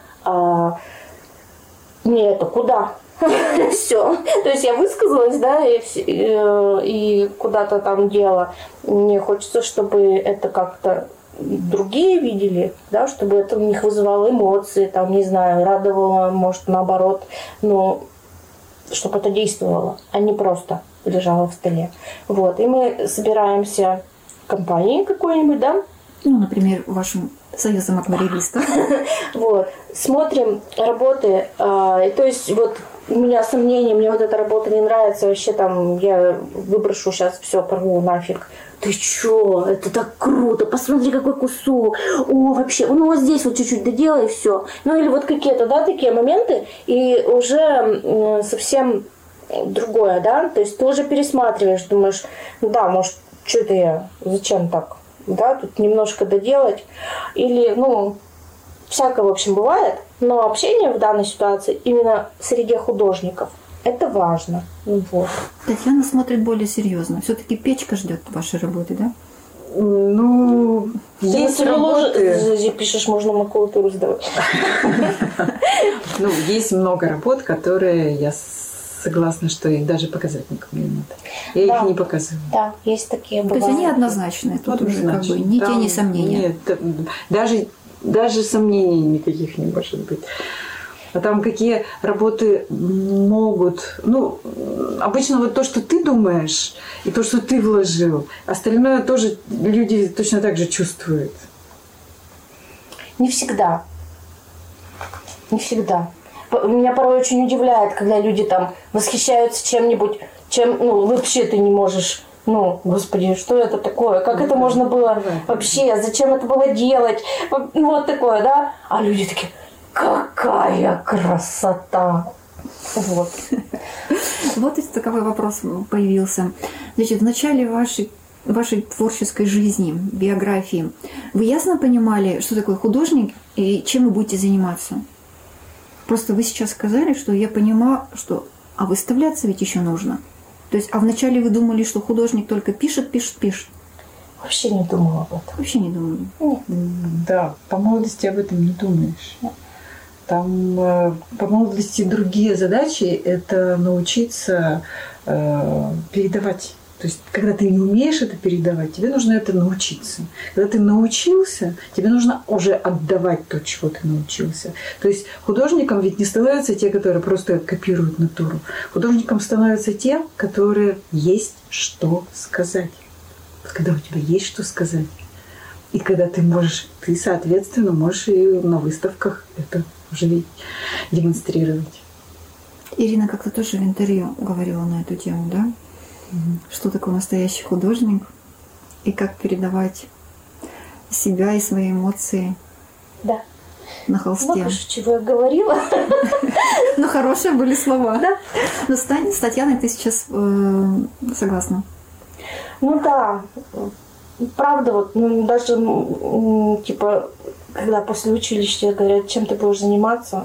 Не это куда? Все. То есть я высказалась, да, и куда-то там дело. Мне хочется, чтобы это как-то другие видели, да, чтобы это у них вызывало эмоции, там, не знаю, радовало, может, наоборот, чтобы это действовало, а не просто лежало в столе. Вот. И мы собираемся в компании какой-нибудь, да? Например, вашим союзом акварелистов. Вот. Смотрим работы. То есть вот у меня сомнения, мне вот эта работа не нравится, вообще там я выброшу сейчас все, порву нафиг. Ты чё? Это так круто! Посмотри, какой кусок! О, вообще, вот здесь вот чуть-чуть доделай и все. Или вот какие-то, да, такие моменты, и уже совсем другое, да? То есть ты уже пересматриваешь, думаешь, да, может, что-то я, зачем так? Да, тут немножко доделать. Или, всякое, в общем, бывает. Но общение в данной ситуации именно среди художников это важно. Вот. Татьяна смотрит более серьезно. Все-таки печка ждет вашей работы, да? Есть работы... Ты пишешь, можно макулатуру сдавать. Есть много работ, которые я согласна, что их даже показать никому не надо. Я их не показываю. Да, есть такие бывают. То есть они однозначные. Тут уже как бы ни тени сомнения. Нет, даже сомнений никаких не может быть. А там какие работы могут... обычно вот то, что ты думаешь, и то, что ты вложил, остальное тоже люди точно так же чувствуют. Не всегда. Не всегда. Меня порой очень удивляет, когда люди там восхищаются чем-нибудь, чем, вообще ты не можешь. Господи, что это такое? Как это можно было вообще? Зачем это было делать? Вот такое, да? А люди такие, какая красота! Вот. Вот и таковой вопрос появился. Значит, в начале вашей творческой жизни, биографии, вы ясно понимали, что такое художник и чем вы будете заниматься? Просто вы сейчас сказали, что я понимаю, что выставляться ведь еще нужно. То есть, вначале вы думали, что художник только пишет. Вообще не думала об этом. Вообще не думали? Нет. Да, по молодости об этом не думаешь. Там по молодости другие задачи – это научиться передавать. То есть, когда ты не умеешь это передавать, тебе нужно это научиться. Когда ты научился, тебе нужно уже отдавать то, чего ты научился. То есть, художником ведь не становятся те, которые просто копируют натуру. Художником становятся те, которые есть что сказать. Вот когда у тебя есть что сказать, и когда ты соответственно, можешь и на выставках это уже демонстрировать. Ирина как-то тоже в интервью говорила на эту тему, да? Что такое настоящий художник и как передавать себя и свои эмоции на холсте. Много чего я говорила. Но хорошие были слова. Да. Но с Татьяной ты сейчас согласна? Да. Правда, даже когда после училища говорят, чем ты будешь заниматься,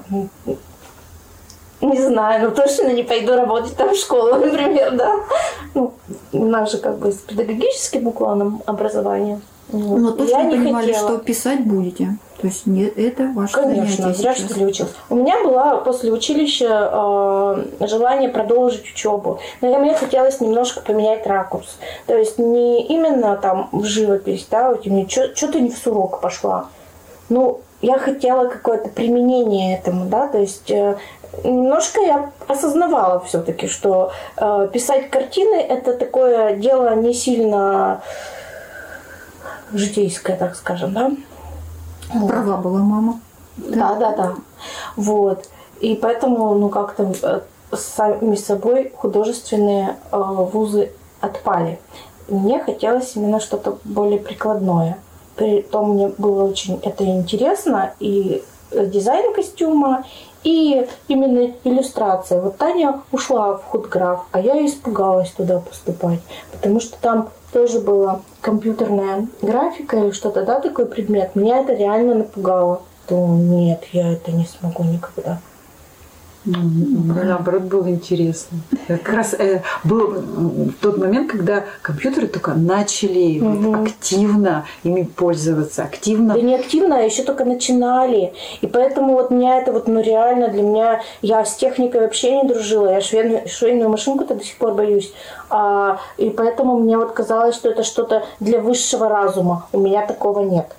не знаю, точно не пойду работать там в школу, например, да. У нас же с педагогическим уклоном образования. Но точно понимали, что писать будете? То есть это ваше занятие? Конечно, зря что ли училась. У меня было после училища желание продолжить учебу. Но мне хотелось немножко поменять ракурс. То есть не именно там в живопись, да, что ты не в сурок пошла. Я хотела какое-то применение этому, да, то есть немножко я осознавала все-таки, что писать картины – это такое дело не сильно житейское, так скажем, да. Права была мама. Да. Вот. И поэтому, как-то сами собой художественные вузы отпали. Мне хотелось именно что-то более прикладное. Притом мне было очень это интересно, и дизайн костюма, и именно иллюстрация. Вот Таня ушла в худграф, а я испугалась туда поступать, потому что там тоже была компьютерная графика или что-то, да, такой предмет. Меня это реально напугало. Думаю, нет, я это не смогу никогда. Наоборот, было интересно. Как раз был тот момент, когда компьютеры только начали активно ими пользоваться. Активно. Да не активно, а еще только начинали. И поэтому меня это реально для меня... Я с техникой вообще не дружила. Я швейную машинку-то до сих пор боюсь. И поэтому мне казалось, что это что-то для высшего разума. У меня такого нет.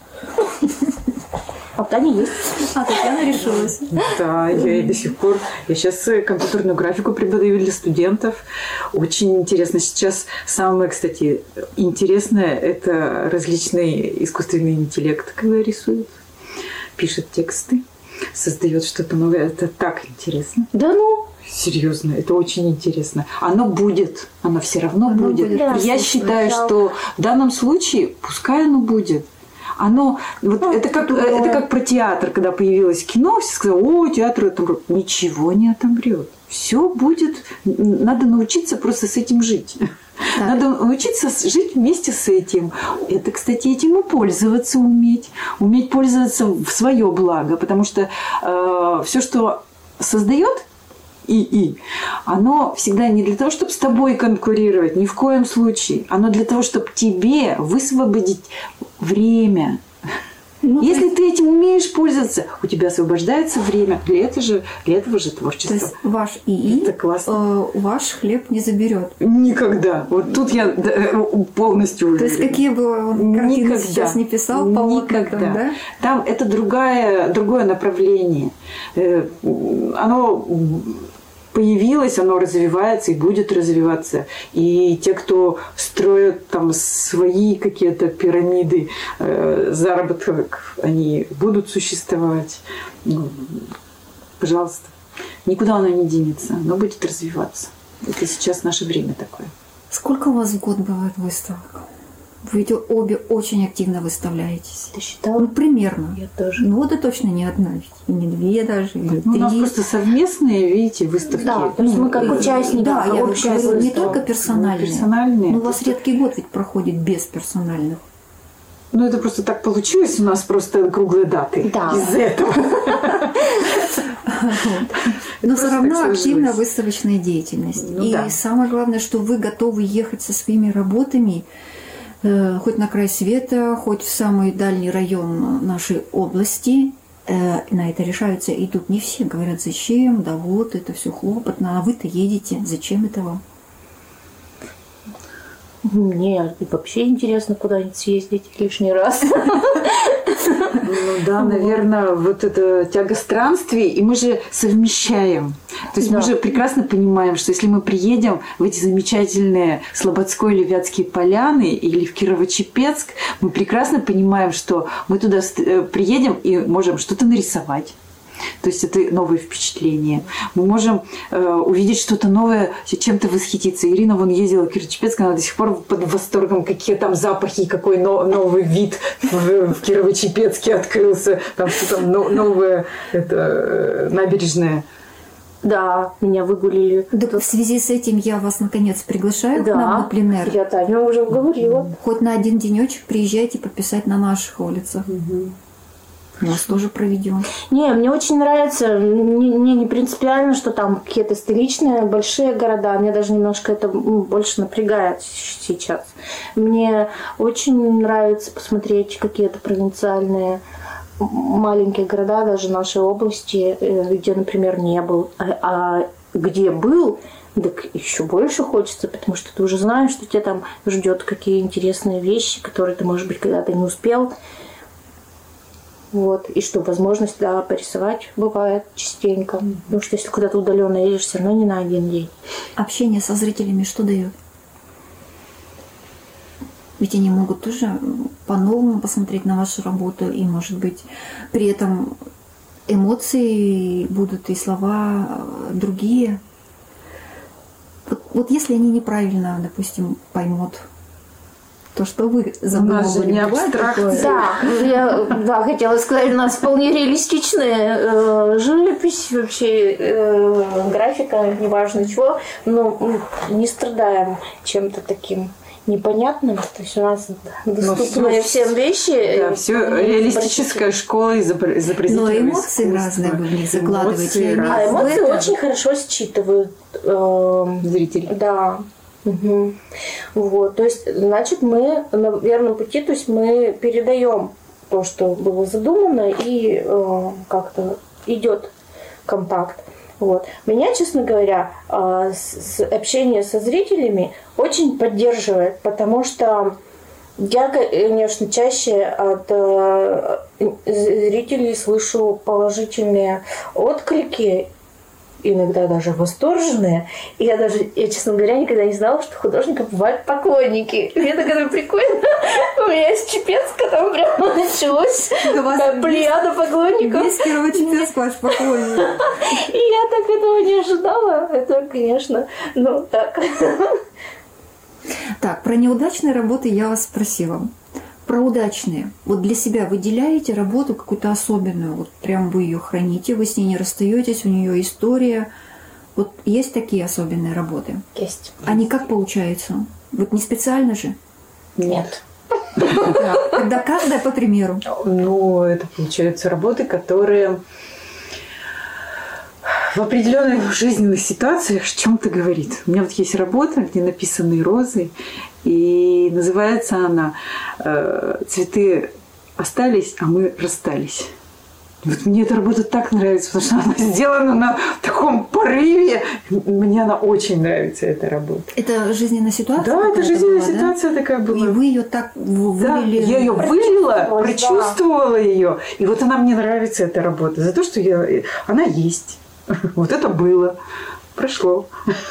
А Таня есть. Татьяна решилась. Да, я и до сих пор. Я сейчас компьютерную графику преподаю для студентов. Очень интересно. Сейчас самое, кстати, интересное – это различный искусственный интеллект, когда рисует, пишет тексты, создает что-то новое. Это так интересно. Да Серьезно, это очень интересно. Оно будет, оно все равно будет. Да, я считаю, что в данном случае пускай оно будет. Оно, это как про театр, когда появилось кино, все сказали, театр отомрет. Ничего не отомрет. Все будет, надо научиться просто с этим жить. Да. Надо научиться жить вместе с этим. Это, кстати, этим и пользоваться уметь. Уметь пользоваться в свое благо. Потому что все, что создает оно всегда не для того, чтобы с тобой конкурировать, ни в коем случае. Оно для того, чтобы тебе высвободить время. Если ты этим умеешь пользоваться, у тебя освобождается время для этого же творчества. То есть ваш ИИ ваш хлеб не заберет. Никогда. Вот тут я полностью уверена. То есть какие бы он картины сейчас не писал, никогда. Да? Там это другое направление. Оно появилось, оно развивается и будет развиваться. И те, кто строят там свои какие-то пирамиды заработок, они будут существовать. Пожалуйста. Никуда оно не денется, оно будет развиваться. Это сейчас наше время такое. Сколько у вас в год бывает выставок? Вы ведь обе очень активно выставляетесь. Ты считала? Ну, примерно. Я тоже. Ну, это точно не одна, ведь и не две даже, или Ну, у нас три. просто совместные, видите, выставки. Да, то есть мы как участники. Да, я общая говорю, не выставка. только персональные. Персональные. Но у вас редкий год ведь проходит без персональных. Ну, это просто так получилось, у нас просто круглые даты. Да. Из-за этого. Но все просто равно так активная сложилось. выставочная деятельность. Ну И да. самое главное, что вы готовы ехать со своими работами хоть на край света, хоть в самый дальний район нашей области. На это решаются идут не все. Говорят, зачем, да вот, это все хлопотно, а вы-то едете, зачем это вам? Мне вообще интересно куда-нибудь съездить лишний раз. Ну да, наверное, вот это тяга странствий, и мы же совмещаем. То есть мы же прекрасно понимаем, что если мы приедем в эти замечательные Слободской или Вятские поляны или в Кирово-Чепецк, мы прекрасно понимаем, что мы туда приедем и можем что-то нарисовать. То есть это новые впечатления. Мы можем увидеть что-то новое, чем-то восхититься. Ирина вон ездила в Кирово-Чепецк, она до сих пор под восторгом, какие там запахи, какой новый вид в Кирово-Чепецке открылся. Там что там новое, это, набережная. Да, меня выгулили. Так в связи с этим я вас наконец приглашаю к нам на пленэр. Я Таня уже говорила. Хоть на один денечек приезжайте пописать на наших улицах. Нас тоже проведем. Не, мне очень нравится, мне не принципиально, что там какие-то столичные большие города. Мне даже немножко это больше напрягает сейчас. Мне очень нравится посмотреть какие-то провинциальные маленькие города, даже нашей области, где, например, не был. А где был, так еще больше хочется, потому что ты уже знаешь, что тебя там ждет какие интересные вещи, которые ты, может быть, когда-то не успел. Вот. И что возможность, да, порисовать бывает частенько. Потому что если куда-то удаленно едешь, все равно не на один день. Общение со зрителями что дает? Ведь они могут тоже по-новому посмотреть на вашу работу, и, может быть, при этом эмоции будут и слова другие. Вот если они неправильно, допустим, поймут то, что вы задумывали. У нас же не абстракция. Да, я хотела сказать, у нас вполне реалистичная живопись, вообще графика, неважно чего, но не страдаем чем-то таким непонятным. То есть у нас доступные всем вещи. Да, все реалистическая школа изобразительного Но эмоции разные вы закладываете. А эмоции очень хорошо считывают зрители. Да. Угу. Вот, то есть, значит, мы на верном пути, то есть мы передаем то, что было задумано, и как-то идет контакт. Вот. Меня, честно говоря, общение со зрителями очень поддерживает, потому что я, конечно, чаще от зрителей слышу положительные отклики, иногда даже восторженные. И я, честно говоря, никогда не знала, что у художников бывают поклонники. Мне так это прикольно. У меня из Чепецка там прямо началось плеяда поклонников. Весь Кирово-Чепецк ваш поклонник. И я так этого не ожидала. Это, конечно, так. Так, про неудачные работы я вас спросила. Про удачные. Вот для себя выделяете работу какую-то особенную? Вот прям вы ее храните, вы с ней не расстаетесь, у нее история. Вот есть такие особенные работы? Есть. Они как получаются? Вот не специально же? Нет. Когда каждая по примеру. Ну, это получаются работы, которые в определенных жизненных ситуациях о чем-то говорит. У меня вот есть работа, где написаны розы, и называется она «Цветы остались, а мы расстались». Вот мне эта работа так нравится, потому что она сделана на таком порыве. Мне она очень нравится, эта работа. Это жизненная ситуация? Да, это жизненная была, ситуация такая была. И вы ее так вылили? Да, я ее вылила, прочувствовала ее. И вот она мне нравится, эта работа, за то, что она есть. Вот это было. Прошло.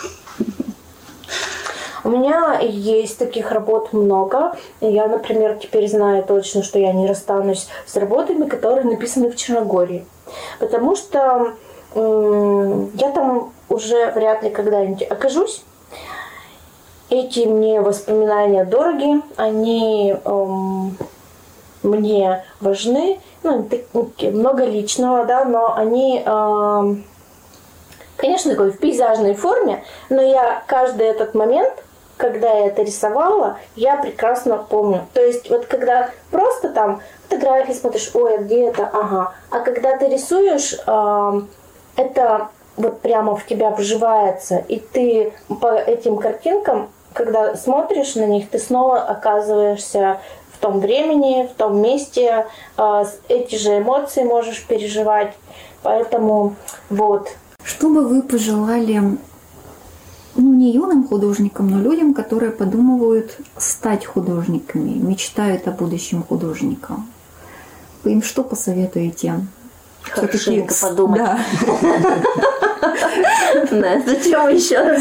У меня есть таких работ много. Я, например, теперь знаю точно, что я не расстанусь с работами, которые написаны в Черногории. Потому что я там уже вряд ли когда-нибудь окажусь. Эти мне воспоминания дороги, они мне важны. Ну, много личного, да, но они, конечно, такой в пейзажной форме, но я каждый этот момент, когда я это рисовала, я прекрасно помню. То есть вот когда просто там фотографии смотришь, ой, а где это, ага. А когда ты рисуешь, это вот прямо в тебя вживается, и ты по этим картинкам, когда смотришь на них, ты снова оказываешься в том времени, в том месте, эти же эмоции можешь переживать. Поэтому вот. Что бы вы пожелали, ну, не юным художникам, но людям, которые подумывают стать художниками, мечтают о будущем художником? Вы им что посоветуете? Хорошенько подумать. Да. Зачем еще раз?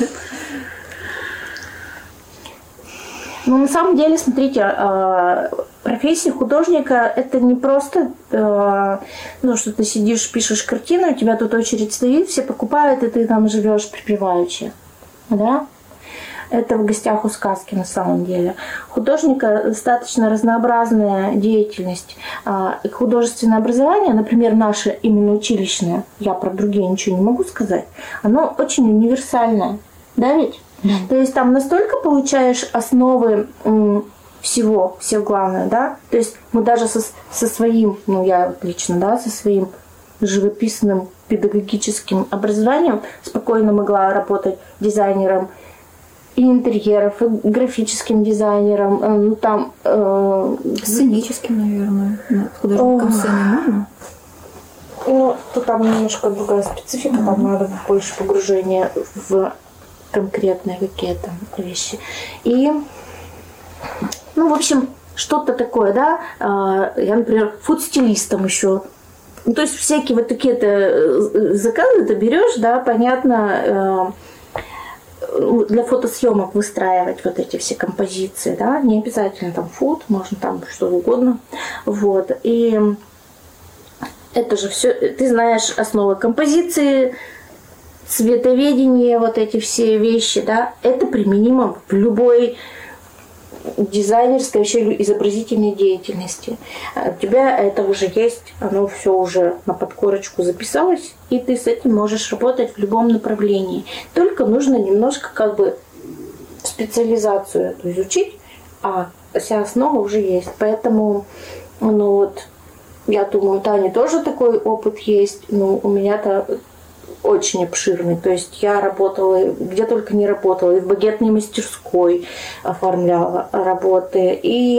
Ну, на самом деле, смотрите, профессия художника – это не просто, ну, что ты сидишь, пишешь картину, у тебя тут очередь стоит, все покупают, и ты там живешь припеваючи. Да? Это в гостях у сказки на самом деле. Художника достаточно разнообразная деятельность. Художественное образование, например, наше именно училищное, я про другие ничего не могу сказать, оно очень универсальное. Да ведь? Да. То есть там настолько получаешь основы всего главное, да? То есть мы даже со своим, ну я лично, да, со своим живописным педагогическим образованием спокойно могла работать дизайнером и интерьеров, и графическим дизайнером, ну там... Сценическим, наверное. Художником сцены можно? Ну, то там немножко другая специфика, там надо больше погружения в конкретные какие-то вещи. И, ну, в общем, что-то такое, да. Я, например, фуд-стилистом еще. Ну, то есть всякие вот такие-то заказы ты берешь, да, понятно, для фотосъемок выстраивать вот эти все композиции, да, не обязательно там фуд, можно там что угодно, вот, и это же все, ты знаешь основы композиции, цветоведение, вот эти все вещи, да, это применимо в любой дизайнерской, вообще изобразительной деятельности. У тебя это уже есть, оно все уже на подкорочку записалось, и ты с этим можешь работать в любом направлении. Только нужно немножко как бы специализацию эту изучить, а вся основа уже есть. Поэтому, ну вот, я думаю, у Тани тоже такой опыт есть, но у меня-то очень обширный. То есть я работала, где только не работала, и в багетной мастерской оформляла работы, и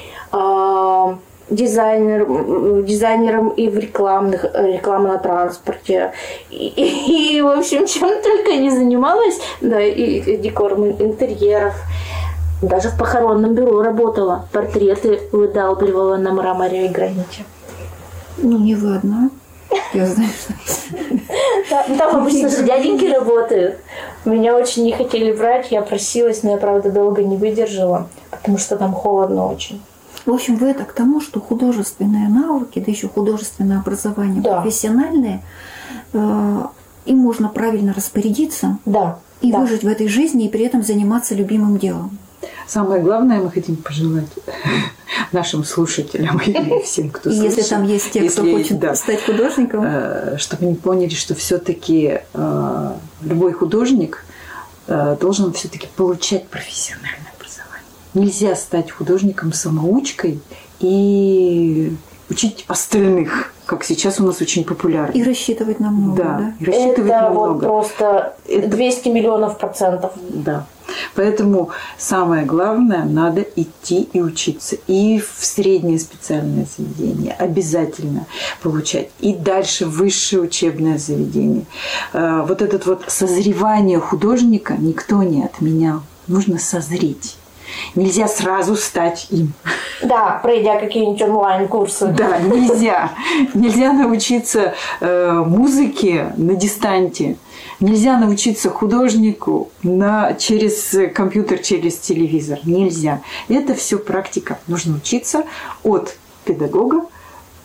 дизайнером и в рекламе на транспорте. И, в общем, чем только не занималась, да, и декором интерьеров. Даже в похоронном бюро работала. Портреты выдалбливала на мраморе и граните. Ну, не вы одна. Я знаю. Там обычно же дяденьки работают. Меня очень не хотели брать, я просилась, но я, правда, долго не выдержала, потому что там холодно очень. В общем, вы это к тому, что художественные навыки, да еще художественное образование, да, профессиональные, им можно правильно распорядиться, да, и выжить в этой жизни, и при этом заниматься любимым делом. Самое главное, мы хотим пожелать нашим слушателям и всем, кто слушает. Если там есть те, кто хочет стать художником. Чтобы они поняли, что все-таки любой художник должен все-таки получать профессиональное образование. Нельзя стать художником-самоучкой и учить остальных, как сейчас у нас очень популярно. И рассчитывать на много. Да, и рассчитывать это на вот много. Просто 200 миллионов %. Да. Поэтому самое главное, надо идти и учиться. И в среднее специальное заведение обязательно получать. И дальше высшее учебное заведение. Вот это вот созревание художника никто не отменял. Нужно созреть. Нельзя сразу стать им. Да, пройдя какие-нибудь онлайн-курсы. Да, нельзя. Нельзя научиться музыке на дистанте. Нельзя научиться художнику через компьютер, через телевизор. Нельзя. Это все практика. Нужно учиться от педагога,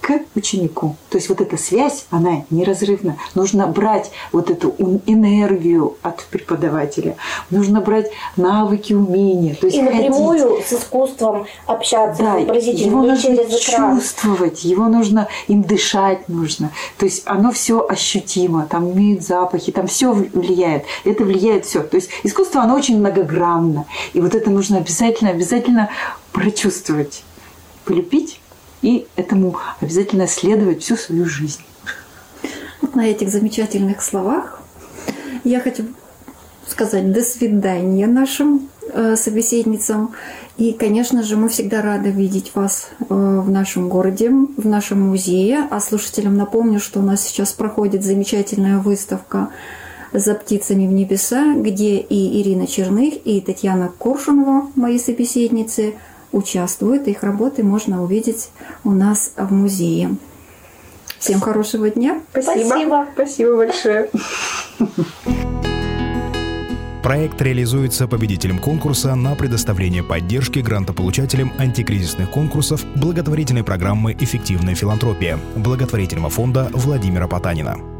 к ученику. То есть вот эта связь, она неразрывна. Нужно брать вот эту энергию от преподавателя, нужно брать навыки, умения. То есть и напрямую с искусством общаться, да, его нужно через экран. Чувствовать, его нужно, им дышать нужно. То есть оно все ощутимо, там имеют запахи, там все влияет. Это влияет все. То есть искусство, оно очень многогранно. И вот это нужно обязательно прочувствовать, полюбить. И этому обязательно следовать всю свою жизнь. Вот на этих замечательных словах я хочу сказать до свидания нашим собеседницам. И, конечно же, мы всегда рады видеть вас в нашем городе, в нашем музее. А слушателям напомню, что у нас сейчас проходит замечательная выставка «За птицами в небеса», где и Ирина Черных, и Татьяна Коршунова, мои собеседницы, участвуют. Их работы можно увидеть у нас в музее. Всем хорошего дня. Спасибо. Спасибо большое. Проект реализуется победителем конкурса на предоставление поддержки грантополучателям антикризисных конкурсов благотворительной программы «Эффективная филантропия» благотворительного фонда Владимира Потанина.